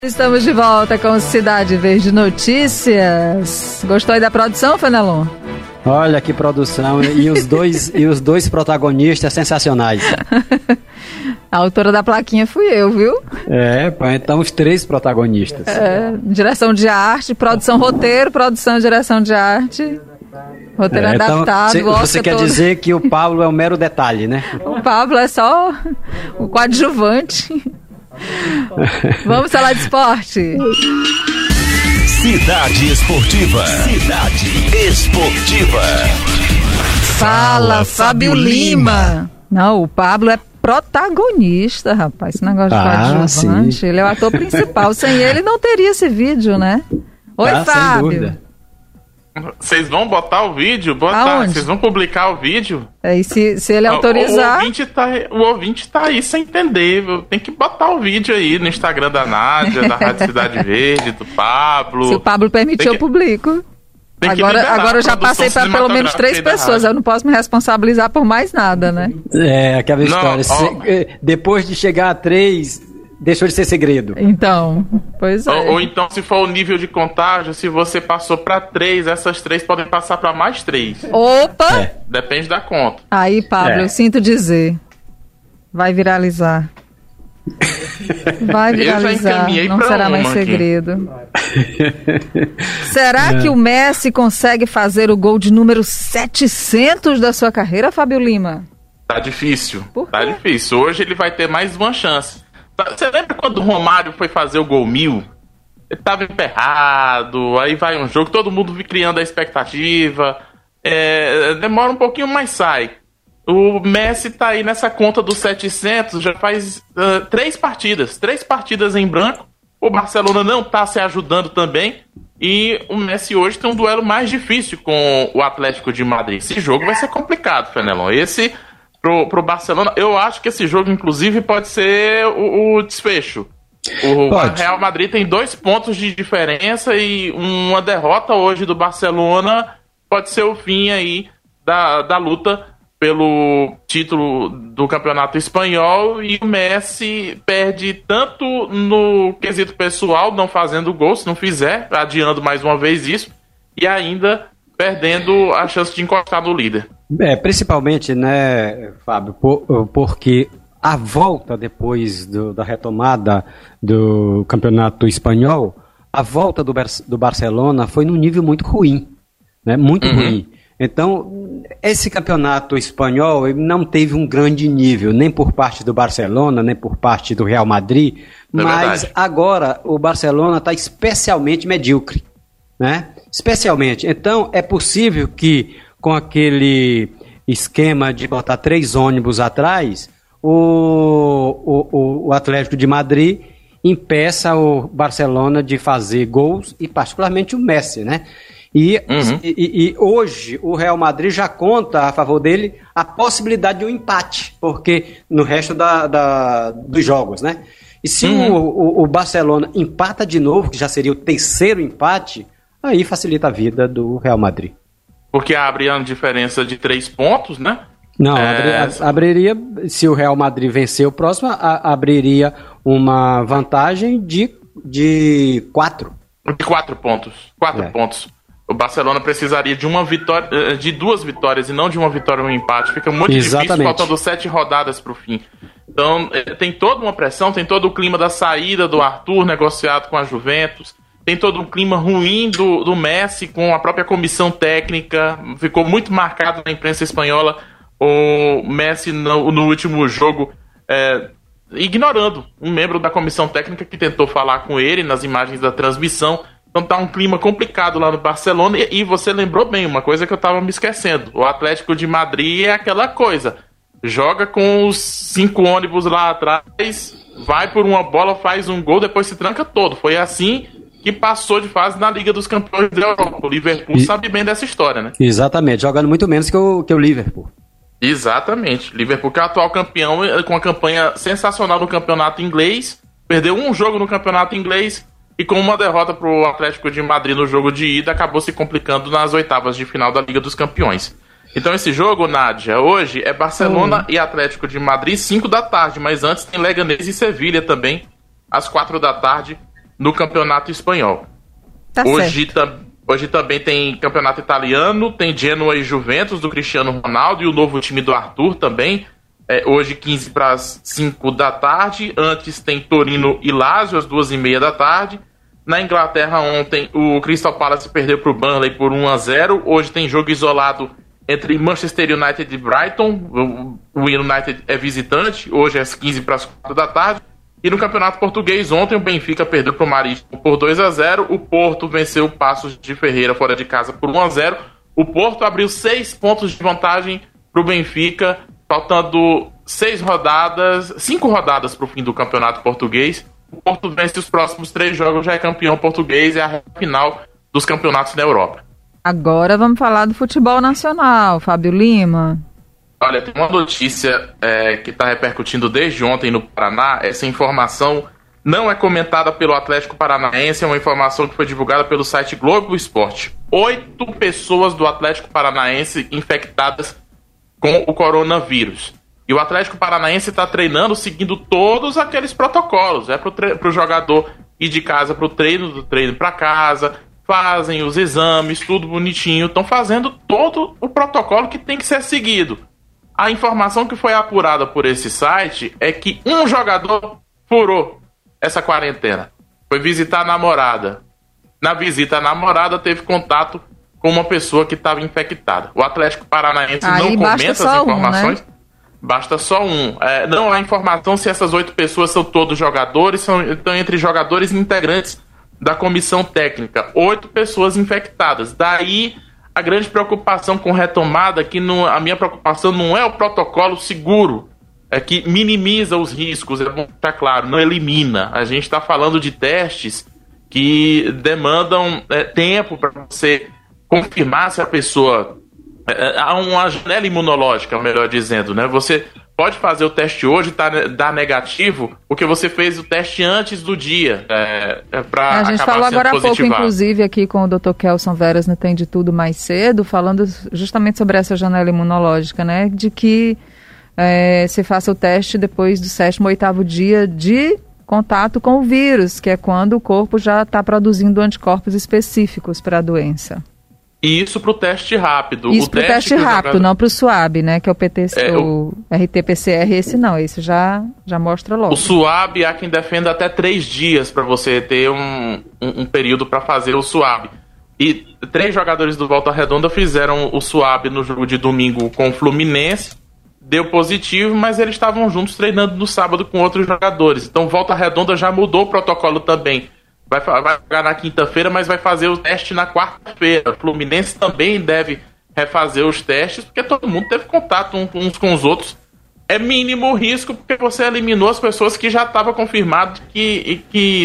Estamos de volta com Cidade Verde Notícias. Gostou aí da produção, Fenelon? Olha que produção, e os dois protagonistas sensacionais. A autora da plaquinha fui eu, viu? Então os três protagonistas. Direção de arte, produção roteiro, produção e direção de arte. Roteiro adaptado. Então, você quer dizer que o Pablo é um mero detalhe, né? O Pablo é só o coadjuvante. Vamos falar de esporte. Cidade Esportiva. Cidade Esportiva. Fala, Fábio Lima. Não, o Pablo é protagonista, rapaz. Esse negócio de coadjuvante. Sim. Ele é o ator principal. Sem ele não teria esse vídeo, né? Oi, Fábio. Sem dúvida. Vocês vão botar o vídeo? Vocês vão publicar o vídeo? E se ele autorizar... O ouvinte tá aí sem entender. Tem que botar o vídeo aí no Instagram da Nádia, da Rádio Cidade Verde, do Pablo. Se o Pablo permitir, eu publico. Agora eu já passei para pelo menos 3 pessoas. Eu não posso me responsabilizar por mais nada, né? Aquela história. Depois de chegar a 3... deixou de ser segredo. Então, pois é. Ou então, se for o nível de contágio, se você passou para 3, essas 3 podem passar para mais 3. Opa! Depende da conta. Aí, Pablo, eu sinto dizer. Vai viralizar. Vai viralizar. Não será mais segredo. Será que o Messi consegue fazer o gol de número 700 da sua carreira, Fábio Lima? Tá difícil. Tá difícil. Hoje ele vai ter mais uma chance. Você lembra quando o Romário foi fazer o gol 1000? Ele tava emperrado, aí vai um jogo, todo mundo criando a expectativa, demora um pouquinho, mas sai. O Messi tá aí nessa conta dos 700, já faz 3 partidas em branco. O Barcelona não tá se ajudando também, e o Messi hoje tem um duelo mais difícil com o Atlético de Madrid. Esse jogo vai ser complicado, Fenelon. Pro Barcelona, eu acho que esse jogo, inclusive, pode ser o desfecho. O Real Madrid tem 2 pontos de diferença e uma derrota hoje do Barcelona pode ser o fim aí da luta pelo título do Campeonato Espanhol, e o Messi perde tanto no quesito pessoal, não fazendo gol, se não fizer, adiando mais uma vez isso, e ainda perdendo a chance de encostar no líder. Principalmente, né, Fábio, porque a volta depois da retomada do Campeonato Espanhol, a volta do Barcelona foi num nível muito ruim, né, muito ruim. Então, esse Campeonato Espanhol não teve um grande nível, nem por parte do Barcelona, nem por parte do Real Madrid, mas agora o Barcelona está especialmente medíocre, né? Especialmente. Então, é possível que com aquele esquema de botar 3 ônibus atrás, o Atlético de Madrid impeça o Barcelona de fazer gols, e particularmente o Messi, né? E hoje o Real Madrid já conta a favor dele a possibilidade de um empate, porque no resto dos jogos, né? E se o Barcelona empata de novo, que já seria o 3º empate, aí facilita a vida do Real Madrid. Porque abre a diferença de 3 pontos, né? Não, abriria, se o Real Madrid vencer o próximo, abriria uma vantagem de 4. De 4 pontos. 4 pontos. O Barcelona precisaria de uma vitória, de 2 vitórias e não de uma vitória ou um empate. Fica muito difícil, faltando 7 rodadas para o fim. Então, tem toda uma pressão, tem todo o clima da saída do Arthur, negociado com a Juventus. Tem todo um clima ruim do Messi com a própria comissão técnica. Ficou muito marcado na imprensa espanhola o Messi no último jogo ignorando um membro da comissão técnica que tentou falar com ele nas imagens da transmissão. Então tá um clima complicado lá no Barcelona. E você lembrou bem, uma coisa que eu tava me esquecendo. O Atlético de Madrid é aquela coisa. Joga com os 5 ônibus lá atrás, vai por uma bola, faz um gol, depois se tranca todo. Foi assim que passou de fase na Liga dos Campeões da Europa. O Liverpool sabe bem dessa história, né? Exatamente, jogando muito menos que o Liverpool. Exatamente. Liverpool, que é o atual campeão, com uma campanha sensacional no campeonato inglês, perdeu um jogo no campeonato inglês, e com uma derrota para o Atlético de Madrid no jogo de ida, acabou se complicando nas oitavas de final da Liga dos Campeões. Então esse jogo, Nádia, hoje é Barcelona e Atlético de Madrid, 5 da tarde, mas antes tem Leganés e Sevilha também, às 4 da tarde, no campeonato espanhol. Tá Hoje também tem campeonato italiano, tem Genoa e Juventus do Cristiano Ronaldo e o novo time do Arthur também. Hoje 15 para as 5 da tarde. Antes tem Torino e Lazio às 2h30 da tarde. Na Inglaterra ontem o Crystal Palace perdeu para o Burnley por 1-0. Hoje tem jogo isolado entre Manchester United e Brighton. O United é visitante. Hoje é às 15 para as 4 da tarde. E no Campeonato Português, ontem o Benfica perdeu para o Marítimo por 2-0. O Porto venceu o Paços de Ferreira fora de casa por 1-0. O Porto abriu 6 pontos de vantagem para o Benfica, faltando 5 rodadas para o fim do Campeonato Português. O Porto vence os próximos 3 jogos, já é campeão português, é a final dos campeonatos na Europa. Agora vamos falar do futebol nacional, Fábio Lima. Olha, tem uma notícia que está repercutindo desde ontem no Paraná. Essa informação não é comentada pelo Atlético Paranaense, é uma informação que foi divulgada pelo site Globo Esporte. 8 pessoas do Atlético Paranaense infectadas com o coronavírus. E o Atlético Paranaense está treinando seguindo todos aqueles protocolos. É para o jogador ir de casa para o treino, do treino para casa, fazem os exames, tudo bonitinho. Estão fazendo todo o protocolo que tem que ser seguido. A informação que foi apurada por esse site é que um jogador furou essa quarentena. Foi visitar a namorada. Na visita à namorada teve contato com uma pessoa que estava infectada. O Atlético Paranaense não comenta as informações. Né? Basta só um. Não há informação se essas 8 pessoas são todos jogadores, estão entre jogadores e integrantes da comissão técnica. 8 pessoas infectadas. Daí a grande preocupação com retomada, a minha preocupação não é o protocolo seguro, é que minimiza os riscos, é bom estar claro, não elimina. A gente está falando de testes que demandam tempo para você confirmar se a pessoa... Há uma janela imunológica, melhor dizendo, né? Você pode fazer o teste hoje e dar negativo, porque você fez o teste antes do dia. A gente falou agora há pouco, inclusive, aqui com o Dr. Kelson Veras no Tem de Tudo mais cedo, falando justamente sobre essa janela imunológica, né? De que se faça o teste depois do 7º ou 8º dia de contato com o vírus, que é quando o corpo já está produzindo anticorpos específicos para a doença. E isso para o teste rápido. Isso para o teste rápido, não para o SUAB, né? Que é o RT-PCR, esse não, esse já mostra logo. O SUAB há quem defenda até 3 dias para você ter um período para fazer o SUAB. E 3 jogadores do Volta Redonda fizeram o SUAB no jogo de domingo com o Fluminense, deu positivo, mas eles estavam juntos treinando no sábado com outros jogadores. Então Volta Redonda já mudou o protocolo também. Vai jogar na quinta-feira, mas vai fazer o teste na quarta-feira. O Fluminense também deve refazer os testes, porque todo mundo teve contato uns com os outros. É mínimo o risco, porque você eliminou as pessoas que já estava confirmado que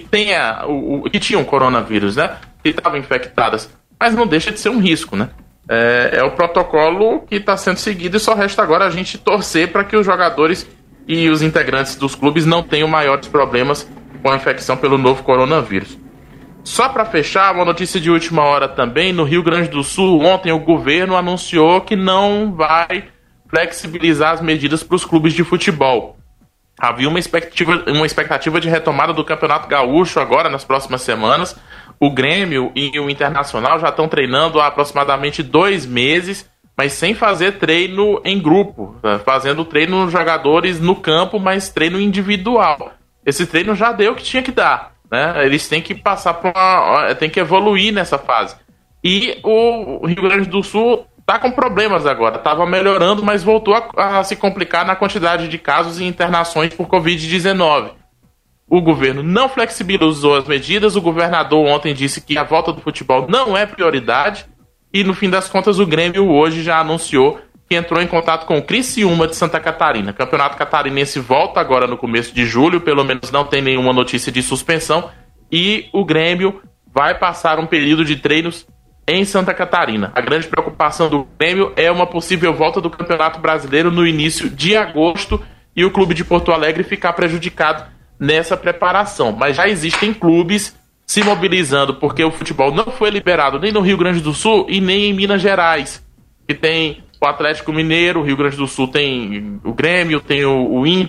tinham coronavírus, né? Que estavam infectadas. Mas não deixa de ser um risco, né? É o protocolo que está sendo seguido e só resta agora a gente torcer para que os jogadores e os integrantes dos clubes não tenham maiores problemas com a infecção pelo novo coronavírus. Só para fechar, uma notícia de última hora também, no Rio Grande do Sul, ontem o governo anunciou que não vai flexibilizar as medidas para os clubes de futebol. Havia uma expectativa de retomada do Campeonato Gaúcho agora, nas próximas semanas. O Grêmio e o Internacional já estão treinando há aproximadamente 2 meses, mas sem fazer treino em grupo, fazendo treino dos jogadores no campo, mas treino individual. Esse treino já deu o que tinha que dar, né? Eles têm que passar tem que evoluir nessa fase. E o Rio Grande do Sul está com problemas agora. Estava melhorando, mas voltou a se complicar na quantidade de casos e internações por Covid-19. O governo não flexibilizou as medidas. O governador ontem disse que a volta do futebol não é prioridade. E no fim das contas o Grêmio hoje já anunciou que entrou em contato com o Criciúma de Santa Catarina. O Campeonato Catarinense volta agora no começo de julho, pelo menos não tem nenhuma notícia de suspensão, e o Grêmio vai passar um período de treinos em Santa Catarina. A grande preocupação do Grêmio é uma possível volta do Campeonato Brasileiro no início de agosto e o clube de Porto Alegre ficar prejudicado nessa preparação. Mas já existem clubes se mobilizando, porque o futebol não foi liberado nem no Rio Grande do Sul e nem em Minas Gerais, que tem o Atlético Mineiro. O Rio Grande do Sul tem o Grêmio, tem o Inter,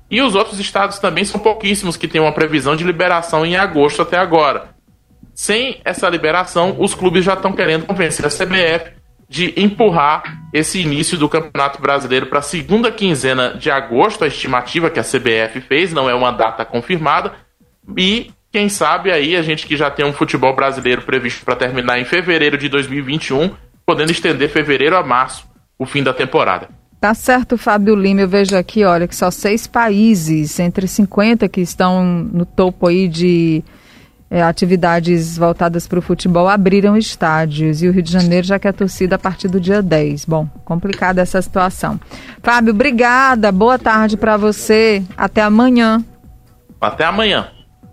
E os outros estados também são pouquíssimos que têm uma previsão de liberação em agosto até agora. Sem essa liberação, os clubes já estão querendo convencer a CBF de empurrar esse início do Campeonato Brasileiro para a segunda quinzena de agosto, a estimativa que a CBF fez, não é uma data confirmada, e quem sabe aí a gente que já tem um futebol brasileiro previsto para terminar em fevereiro de 2021, podendo estender fevereiro a março, o fim da temporada. Tá certo, Fábio Lima, eu vejo aqui, olha, que só 6 países, entre 50 que estão no topo aí de atividades voltadas para o futebol, abriram estádios, e o Rio de Janeiro já quer torcida a partir do dia 10. Bom, complicada essa situação. Fábio, obrigada, boa tarde para você, até amanhã. Até amanhã.